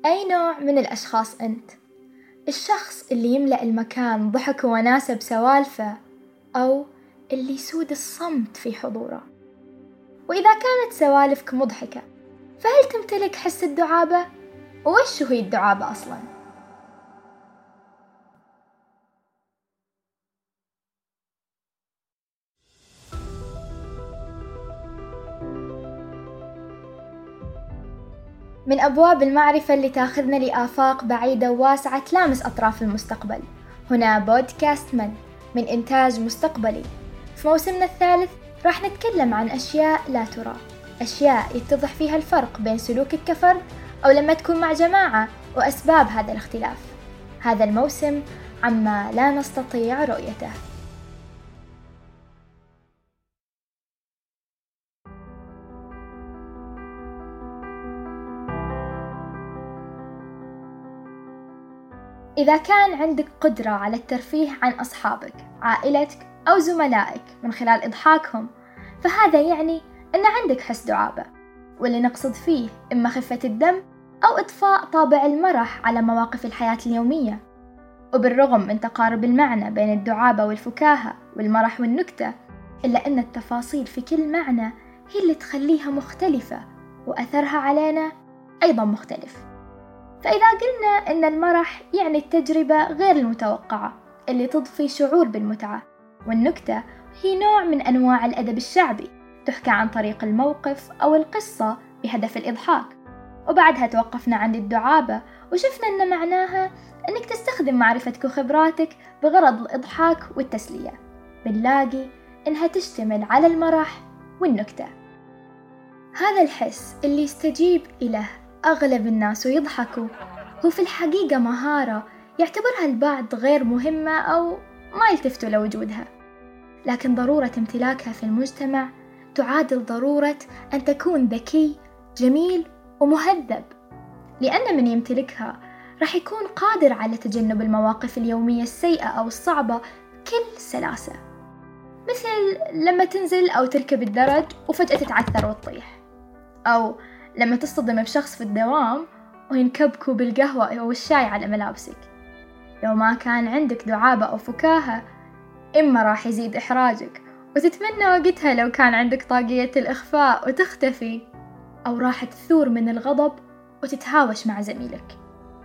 أي نوع من الأشخاص أنت؟ الشخص اللي يملأ المكان ضحك وناسة بسوالفه، أو اللي يسود الصمت في حضوره؟ وإذا كانت سوالفك مضحكة، فهل تمتلك حس الدعابة؟ وش هي الدعابة أصلاً؟ من أبواب المعرفة اللي تاخذنا لآفاق بعيدة وواسعة تلامس أطراف المستقبل. هنا بودكاست من إنتاج مستقبلي. في موسمنا الثالث راح نتكلم عن أشياء لا ترى، أشياء يتضح فيها الفرق بين سلوكك كفرد أو لما تكون مع جماعة وأسباب هذا الاختلاف. هذا الموسم عما لا نستطيع رؤيته. إذا كان عندك قدرة على الترفيه عن أصحابك، عائلتك أو زملائك من خلال إضحاكهم، فهذا يعني أن عندك حس دعابة، واللي نقصد فيه إما خفة الدم أو إضفاء طابع المرح على مواقف الحياة اليومية. وبالرغم من تقارب المعنى بين الدعابة والفكاهة والمرح والنكتة، إلا أن التفاصيل في كل معنى هي اللي تخليها مختلفة، وأثرها علينا أيضا مختلف. فإذا قلنا أن المرح يعني التجربة غير المتوقعة اللي تضفي شعور بالمتعة، والنكتة هي نوع من أنواع الأدب الشعبي تحكى عن طريق الموقف أو القصة بهدف الإضحاك. وبعدها توقفنا عند الدعابة وشفنا أن معناها أنك تستخدم معرفتك وخبراتك بغرض الإضحاك والتسلية. بنلاقي أنها تشتمل على المرح والنكتة. هذا الحس اللي يستجيب إليه أغلب الناس ويضحكوا هو في الحقيقة مهارة يعتبرها البعض غير مهمة أو ما يلتفتوا لوجودها، لكن ضرورة امتلاكها في المجتمع تعادل ضرورة أن تكون ذكي جميل ومهذب، لأن من يمتلكها راح يكون قادر على تجنب المواقف اليومية السيئة أو الصعبة بكل سلاسة، مثل لما تنزل أو تركب الدرج وفجأة تتعثر وتطيح، أو لما تصطدم بشخص في الدوام وينكبكوا بالقهوة أو الشاي على ملابسك. لو ما كان عندك دعابة أو فكاهة، إما راح يزيد إحراجك وتتمنى وقتها لو كان عندك طاقية الإخفاء وتختفي، أو راح تثور من الغضب وتتهاوش مع زميلك.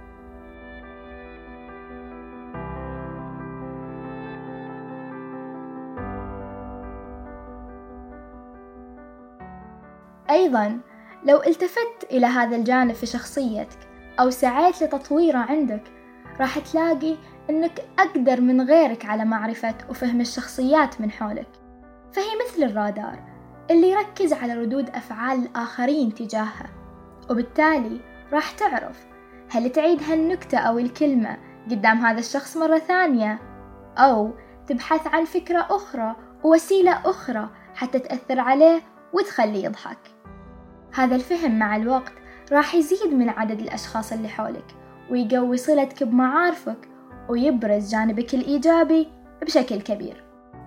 أيضاً لو التفت إلى هذا الجانب في شخصيتك أو سعيت لتطويره عندك، راح تلاقي أنك أقدر من غيرك على معرفة وفهم الشخصيات من حولك. فهي مثل الرادار اللي يركز على ردود أفعال الآخرين تجاهها، وبالتالي راح تعرف هل تعيد هالنكتة أو الكلمة قدام هذا الشخص مرة ثانية، أو تبحث عن فكرة أخرى ووسيلة أخرى حتى تأثر عليه وتخليه يضحك. هذا الفهم مع الوقت راح يزيد من عدد الأشخاص اللي حولك ويقوي صلتك بمعارفك ويبرز جانبك الإيجابي بشكل كبير.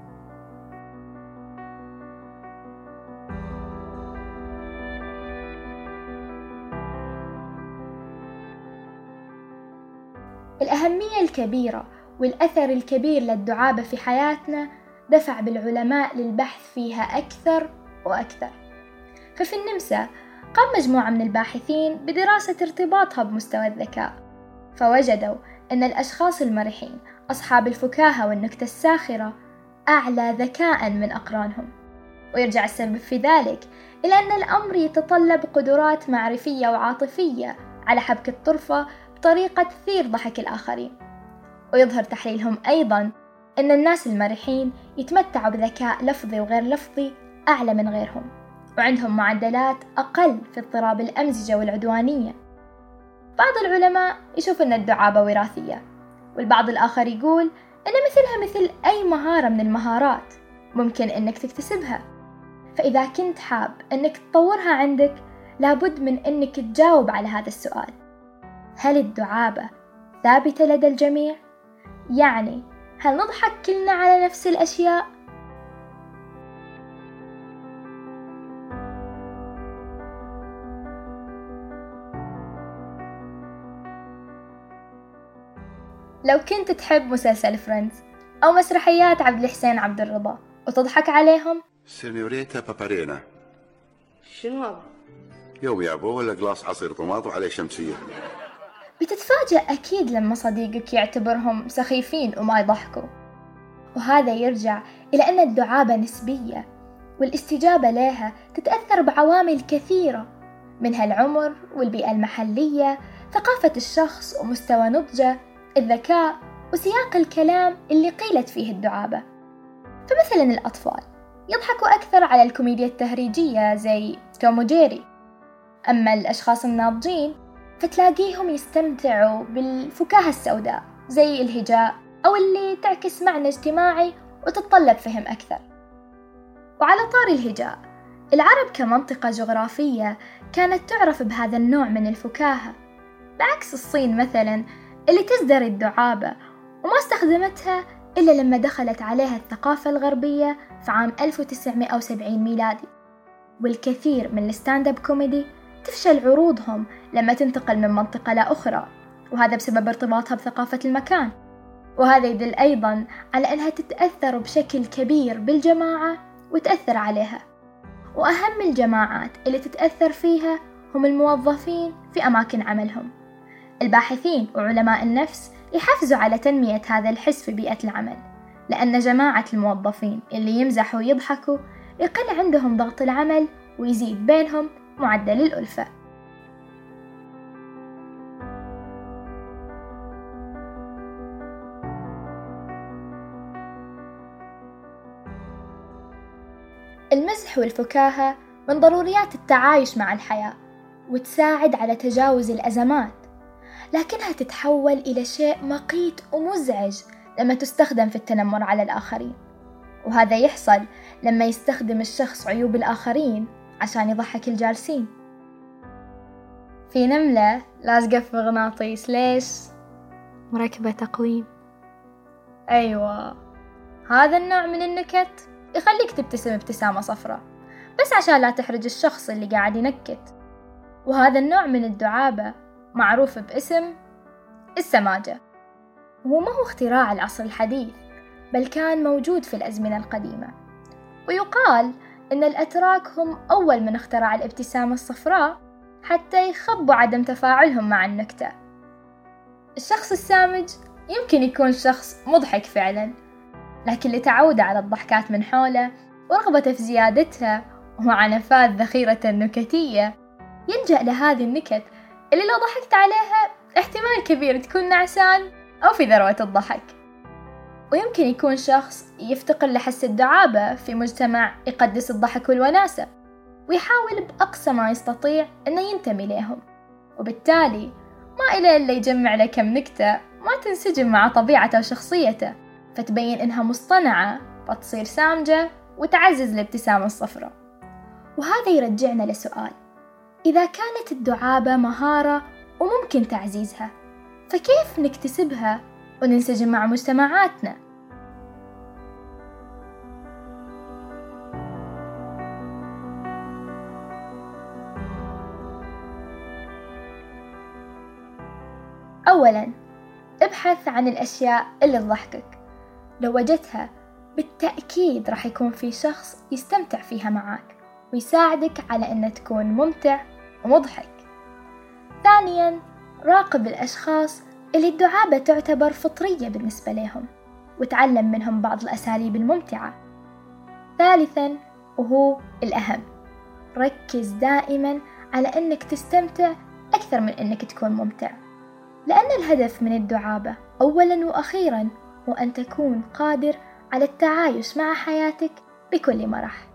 الأهمية الكبيرة والأثر الكبير للدعابة في حياتنا دفع بالعلماء للبحث فيها أكثر وأكثر. ففي النمسا قام مجموعة من الباحثين بدراسة ارتباطها بمستوى الذكاء، فوجدوا أن الأشخاص المرحين أصحاب الفكاهة والنكتة الساخرة أعلى ذكاء من أقرانهم. ويرجع السبب في ذلك إلى أن الأمر يتطلب قدرات معرفية وعاطفية على حبك الطرفة بطريقة تثير ضحك الآخرين. ويظهر تحليلهم أيضاً أن الناس المرحين يتمتعوا بذكاء لفظي وغير لفظي أعلى من غيرهم، وعندهم معدلات أقل في اضطراب الأمزجة والعدوانية. بعض العلماء يشوف أن الدعابة وراثية، والبعض الآخر يقول أن مثلها مثل أي مهارة من المهارات ممكن أنك تكتسبها. فإذا كنت حاب أنك تطورها عندك، لابد من أنك تجاوب على هذا السؤال: هل الدعابة ثابتة لدى الجميع؟ يعني هل نضحك كلنا على نفس الأشياء؟ لو كنت تحب مسلسل فريندز أو مسرحيات عبد الحسين عبد الرضا وتضحك عليهم، سينيوريتا بابارينا شنو هذا؟ يوم يا أبو ولا قلاص عصير طماط وعليه شمسية. بتتفاجأ أكيد لما صديقك يعتبرهم سخيفين وما يضحكوا. وهذا يرجع إلى أن الدعابة نسبية، والاستجابة لها تتأثر بعوامل كثيرة، منها العمر والبيئة المحلية، ثقافة الشخص ومستوى نضجه، الذكاء، وسياق الكلام اللي قيلت فيه الدعابة. فمثلا الأطفال يضحكوا أكثر على الكوميديا التهريجية زي توم وجيري، أما الأشخاص الناضجين فتلاقيهم يستمتعوا بالفكاهة السوداء زي الهجاء أو اللي تعكس معنى اجتماعي وتتطلب فهم أكثر. وعلى طار الهجاء، العرب كمنطقة جغرافية كانت تعرف بهذا النوع من الفكاهة، بعكس الصين مثلا اللي تزدر الدعابة وما استخدمتها إلا لما دخلت عليها الثقافة الغربية في عام 1970 ميلادي. والكثير من الستاند اب كوميدي تفشل عروضهم لما تنتقل من منطقة لأخرى، وهذا بسبب ارتباطها بثقافة المكان. وهذا يدل أيضا على أنها تتأثر بشكل كبير بالجماعة وتأثر عليها، وأهم الجماعات اللي تتأثر فيها هم الموظفين في أماكن عملهم. الباحثين وعلماء النفس يحفزوا على تنمية هذا الحس في بيئة العمل، لأن جماعة الموظفين اللي يمزحوا ويضحكوا يقل عندهم ضغط العمل ويزيد بينهم معدل الألفة. المزح والفكاهة من ضروريات التعايش مع الحياة، وتساعد على تجاوز الأزمات، لكنها تتحول إلى شيء مقيت ومزعج لما تستخدم في التنمر على الآخرين. وهذا يحصل لما يستخدم الشخص عيوب الآخرين عشان يضحك الجالسين. في نملة لازقة في مغناطيس، ليش؟ مركبة تقويم. أيوة، هذا النوع من النكت يخليك تبتسم ابتسامة صفراء بس عشان لا تحرج الشخص اللي قاعد ينكت. وهذا النوع من الدعابة معروف باسم السماجة، وهو ما هو اختراع العصر الحديث، بل كان موجود في الأزمنة القديمة. ويقال إن الأتراك هم أول من اخترع الابتسامة الصفراء حتى يخبوا عدم تفاعلهم مع النكتة. الشخص السامج يمكن يكون شخص مضحك فعلا، لكن اللي تعود على الضحكات من حوله ورغبته في زيادتها ومع نفاذ ذخيرة النكتية يلجأ لهذه النكت اللي لو ضحكت عليها احتمال كبير تكون نعسان أو في ذروة الضحك. ويمكن يكون شخص يفتقر لحس الدعابة في مجتمع يقدس الضحك والوناسة، ويحاول بأقصى ما يستطيع أنه ينتمي لهم، وبالتالي ما إلا إلا يجمع له كم نكتة ما تنسجم مع طبيعته وشخصيته، فتبين إنها مصطنعة فتصير سامجة وتعزز الابتسامة الصفراء. وهذا يرجعنا لسؤال: إذا كانت الدعابة مهارة وممكن تعزيزها، فكيف نكتسبها وننسجم مع مجتمعاتنا؟ أولاً، ابحث عن الأشياء اللي تضحكك. لو وجدتها بالتأكيد راح يكون في شخص يستمتع فيها معاك ويساعدك على أن تكون ممتع ومضحك. ثانياً، راقب الأشخاص اللي الدعابة تعتبر فطرية بالنسبة لهم وتعلم منهم بعض الأساليب الممتعة. ثالثاً، وهو الأهم، ركز دائماً على أنك تستمتع أكثر من أنك تكون ممتع، لأن الهدف من الدعابة أولاً وأخيراً هو أن تكون قادر على التعايش مع حياتك بكل مرح.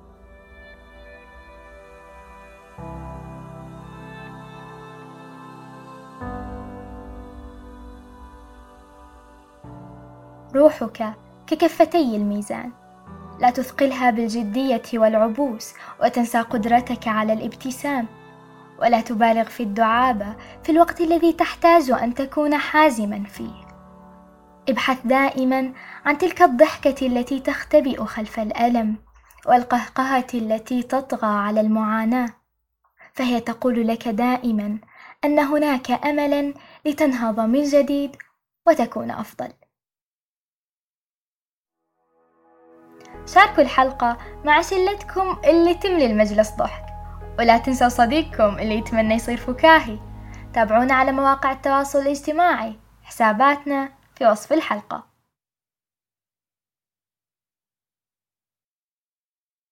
روحك ككفتي الميزان، لا تثقلها بالجدية والعبوس وتنسى قدرتك على الابتسام، ولا تبالغ في الدعابة في الوقت الذي تحتاج أن تكون حازما فيه. ابحث دائما عن تلك الضحكة التي تختبئ خلف الألم والقهقهة التي تطغى على المعاناة، فهي تقول لك دائما أن هناك أملا لتنهض من جديد وتكون أفضل. شاركوا الحلقة مع شلتكم اللي تملي المجلس ضحك، ولا تنسوا صديقكم اللي يتمنى يصير فكاهي. تابعونا على مواقع التواصل الاجتماعي، حساباتنا في وصف الحلقة.